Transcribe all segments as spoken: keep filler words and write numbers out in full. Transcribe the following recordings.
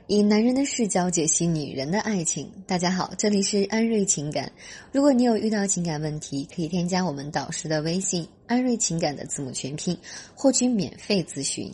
以男人的视角解析女人的爱情。大家好，这里是安瑞情感。如果你有遇到情感问题，可以添加我们导师的微信安瑞情感的字母全拼，获取免费咨询。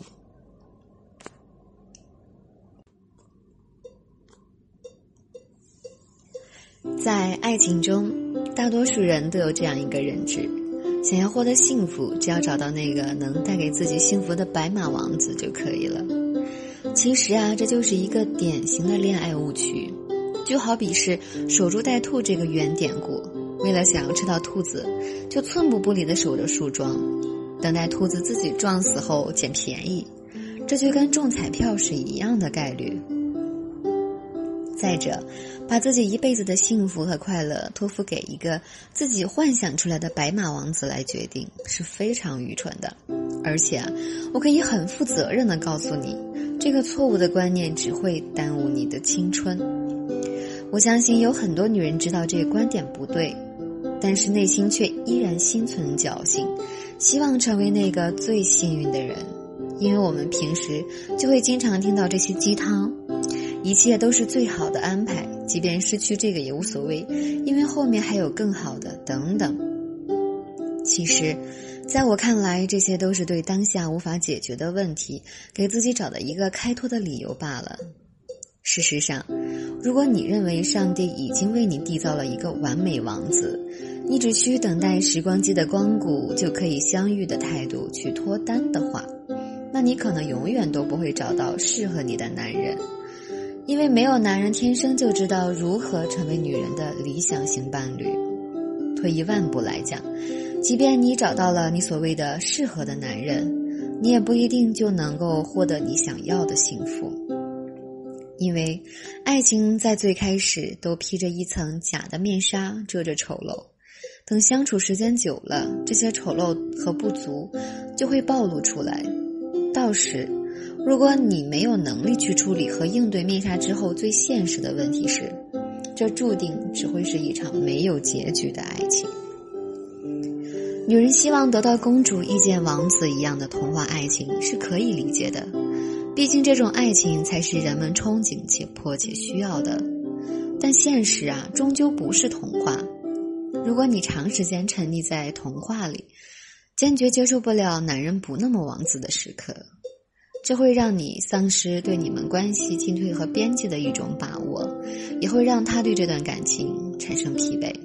在爱情中，大多数人都有这样一个认知，想要获得幸福，只要找到那个能带给自己幸福的白马王子就可以了。其实啊，这就是一个典型的恋爱误区。就好比是守株待兔这个原典故，为了想要吃到兔子，就寸步不离地守着树桩，等待兔子自己撞死后捡便宜。这就跟中彩票是一样的概率。再者，把自己一辈子的幸福和快乐托付给一个自己幻想出来的白马王子来决定，是非常愚蠢的。而且啊，我可以很负责任地告诉你，这个错误的观念只会耽误你的青春。我相信有很多女人知道这个观点不对，但是内心却依然心存侥幸，希望成为那个最幸运的人。因为我们平时就会经常听到这些鸡汤，一切都是最好的安排，即便失去这个也无所谓，因为后面还有更好的等等。其实在我看来，这些都是对当下无法解决的问题给自己找的一个开脱的理由罢了。事实上，如果你认为上帝已经为你缔造了一个完美王子，你只需等待时光机的光谷就可以相遇的态度去脱单的话，那你可能永远都不会找到适合你的男人。因为没有男人天生就知道如何成为女人的理想型伴侣。退一万步来讲，即便你找到了你所谓的适合的男人，你也不一定就能够获得你想要的幸福。因为爱情在最开始都披着一层假的面纱，遮着丑陋，等相处时间久了，这些丑陋和不足就会暴露出来。到时如果你没有能力去处理和应对面纱之后最现实的问题时，这注定只会是一场没有结局的爱情。女人希望得到公主遇见王子一样的童话爱情是可以理解的，毕竟这种爱情才是人们憧憬且迫切需要的。但现实啊，终究不是童话。如果你长时间沉溺在童话里，坚决接受不了男人不那么王子的时刻，这会让你丧失对你们关系进退和边界的一种把握，也会让他对这段感情产生疲惫。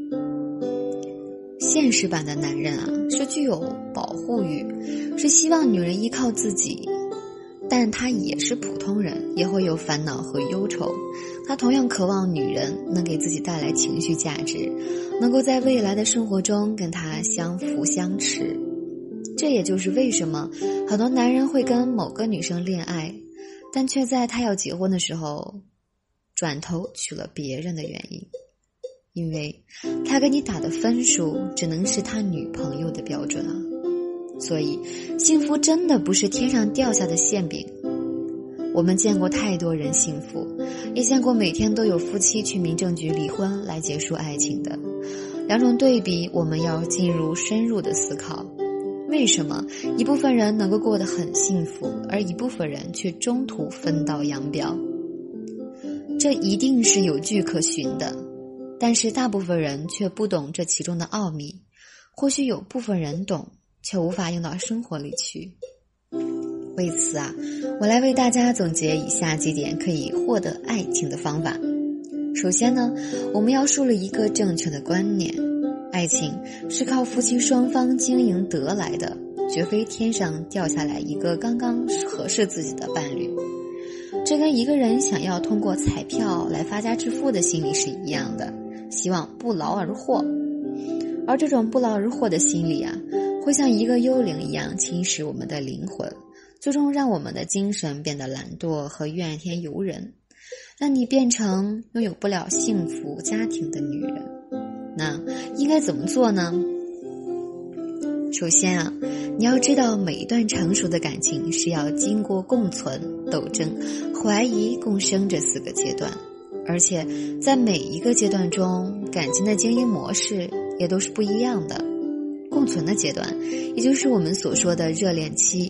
现实版的男人啊，是具有保护欲，是希望女人依靠自己，但他也是普通人，也会有烦恼和忧愁。他同样渴望女人能给自己带来情绪价值，能够在未来的生活中跟他相扶相持。这也就是为什么很多男人会跟某个女生恋爱，但却在他要结婚的时候转头娶了别人的原因。因为他给你打的分数只能是他女朋友的标准啊。所以幸福真的不是天上掉下的馅饼。我们见过太多人幸福，也见过每天都有夫妻去民政局离婚来结束爱情的。两种对比，我们要进入深入的思考，为什么一部分人能够过得很幸福，而一部分人却中途分道扬镳？这一定是有据可循的，但是大部分人却不懂这其中的奥秘，或许有部分人懂，却无法用到生活里去。为此啊，我来为大家总结以下几点可以获得爱情的方法。首先呢，我们要树立一个正确的观念，爱情是靠夫妻双方经营得来的，绝非天上掉下来一个刚刚合适自己的伴侣。这跟一个人想要通过彩票来发家致富的心理是一样的，希望不劳而获。而这种不劳而获的心理啊，会像一个幽灵一样侵蚀我们的灵魂，最终让我们的精神变得懒惰和怨天尤人，让你变成拥有不了幸福家庭的女人。那应该怎么做呢？首先啊，你要知道每一段成熟的感情是要经过共存、斗争、怀疑、共生这四个阶段，而且在每一个阶段中，感情的经营模式也都是不一样的。共存的阶段，也就是我们所说的热恋期，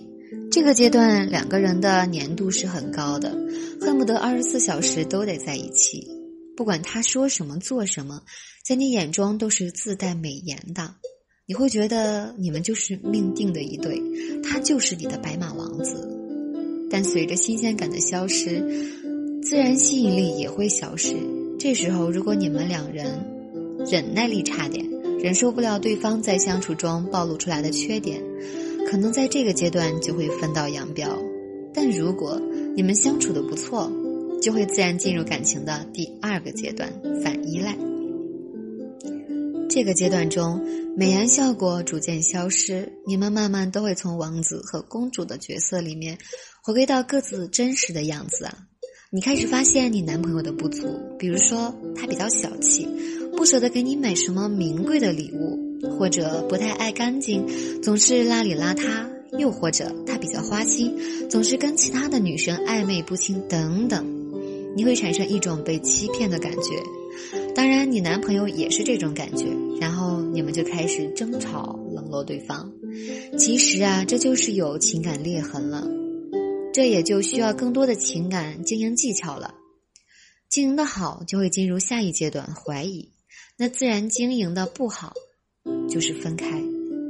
这个阶段两个人的粘度是很高的，恨不得二十四小时都得在一起，不管他说什么做什么，在你眼中都是自带美颜的，你会觉得你们就是命定的一对，他就是你的白马王子。但随着新鲜感的消失，自然吸引力也会消失。这时候如果你们两人忍耐力差点，忍受不了对方在相处中暴露出来的缺点，可能在这个阶段就会分道扬镳。但如果你们相处的不错，就会自然进入感情的第二个阶段，反依赖。这个阶段中，美颜效果逐渐消失，你们慢慢都会从王子和公主的角色里面回归到各自真实的样子啊。你开始发现你男朋友的不足，比如说他比较小气，不舍得给你买什么名贵的礼物，或者不太爱干净，总是邋里邋遢，又或者他比较花心，总是跟其他的女生暧昧不清等等。你会产生一种被欺骗的感觉，当然你男朋友也是这种感觉，然后你们就开始争吵，冷落对方。其实啊，这就是有情感裂痕了，这也就需要更多的情感经营技巧了。经营的好，就会进入下一阶段怀疑，那自然经营的不好，就是分开。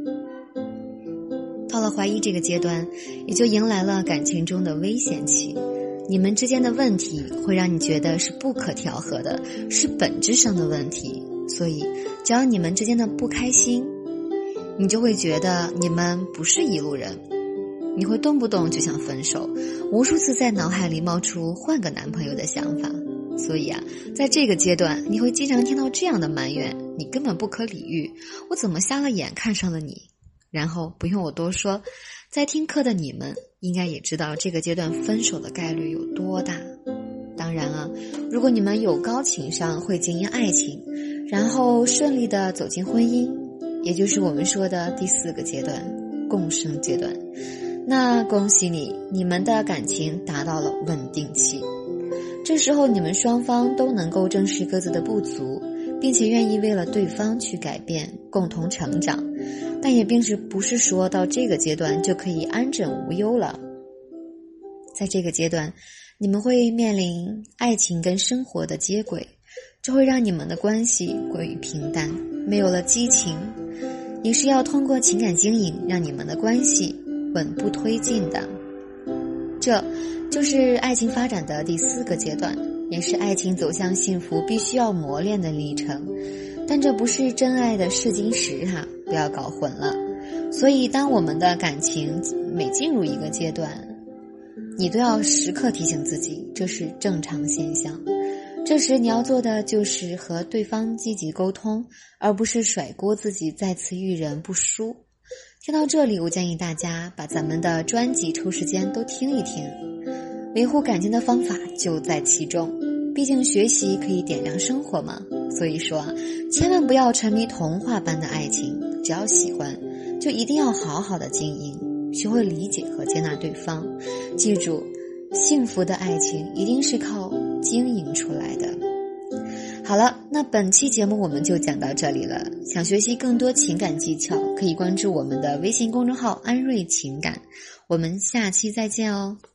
到了怀疑这个阶段，也就迎来了感情中的危险期。你们之间的问题会让你觉得是不可调和的，是本质上的问题，所以只要你们之间的不开心，你就会觉得你们不是一路人，你会动不动就想分手，无数次在脑海里冒出换个男朋友的想法。所以啊，在这个阶段你会经常听到这样的埋怨，你根本不可理喻，我怎么瞎了眼看上了你。然后不用我多说，在听课的你们应该也知道这个阶段分手的概率有多大。当然啊，如果你们有高情商，会经营爱情，然后顺利的走进婚姻，也就是我们说的第四个阶段，共生阶段，那恭喜你，你们的感情达到了稳定期。这时候你们双方都能够正视各自的不足，并且愿意为了对方去改变，共同成长。但也并是不是说到这个阶段就可以安枕无忧了。在这个阶段，你们会面临爱情跟生活的接轨，这会让你们的关系过于平淡，没有了激情，也是要通过情感经营让你们的关系稳步推进的。这就是爱情发展的第四个阶段，也是爱情走向幸福必须要磨练的历程。但这不是真爱的试金石哈，不要搞混了。所以当我们的感情每进入一个阶段，你都要时刻提醒自己，这是正常现象。这时你要做的就是和对方积极沟通，而不是甩锅自己再次遇人不淑。听到这里，我建议大家把咱们的专辑抽时间都听一听，维护感情的方法就在其中。毕竟学习可以点亮生活嘛，所以说啊，千万不要沉迷童话般的爱情，只要喜欢，就一定要好好的经营，学会理解和接纳对方。记住，幸福的爱情一定是靠经营出来的。好了，那本期节目我们就讲到这里了。想学习更多情感技巧，可以关注我们的微信公众号安瑞情感。我们下期再见哦。